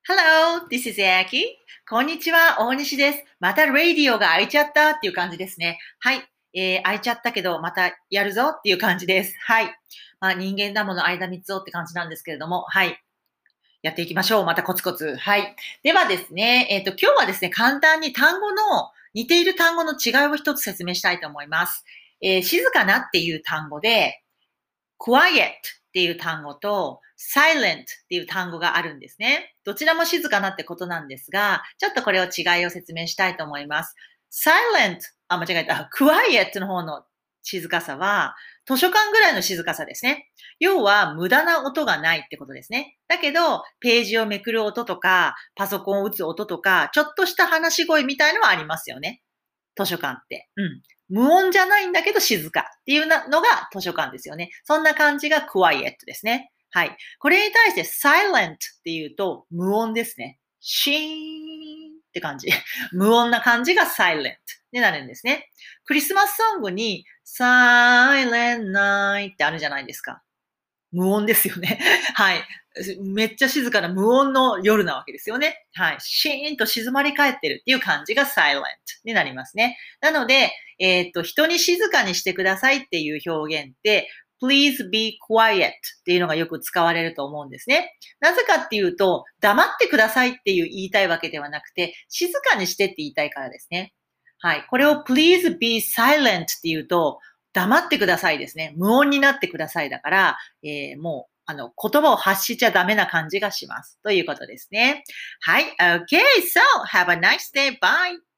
Hello, this is Aki. こんにちは、大西です。またラディオが開いちゃったっていう感じですね。はい。開いちゃったけど、またやるぞっていう感じです。はい。人間だもの間3つをって感じなんですけれども、はい。やっていきましょう。またコツコツ。はい。ではですね、今日はですね、簡単に似ている単語の違いを一つ説明したいと思います。静かなっていう単語で、quiet っていう単語と silent っていう単語があるんですね。どちらも静かなってことなんですが、ちょっとこれを違いを説明したいと思います。間違えた。quiet の方の静かさは、図書館ぐらいの静かさですね。要は、無駄な音がないってことですね。だけど、ページをめくる音とか、パソコンを打つ音とか、ちょっとした話し声みたいのはありますよね。図書館って。無音じゃないんだけど静かっていうのが図書館ですよね。そんな感じが quiet ですね。はい。これに対して silent っていうと無音ですね。シーンって感じ。無音な感じが silent になるんですね。クリスマスソングに silent night ってあるじゃないですか。無音ですよね。はい。めっちゃ静かな無音の夜なわけですよね。はい。シーンと静まり返ってるっていう感じが silent になりますね。なので、人に静かにしてくださいっていう表現って、please be quiet っていうのがよく使われると思うんですね。なぜかっていうと、黙ってくださいっていう言いたいわけではなくて、静かにしてって言いたいからですね。はい。これを please be silent っていうと、黙ってくださいですね。無音になってくださいだから、もう、言葉を発しちゃダメな感じがします。ということですね。はい。Okay, so have a nice day. Bye.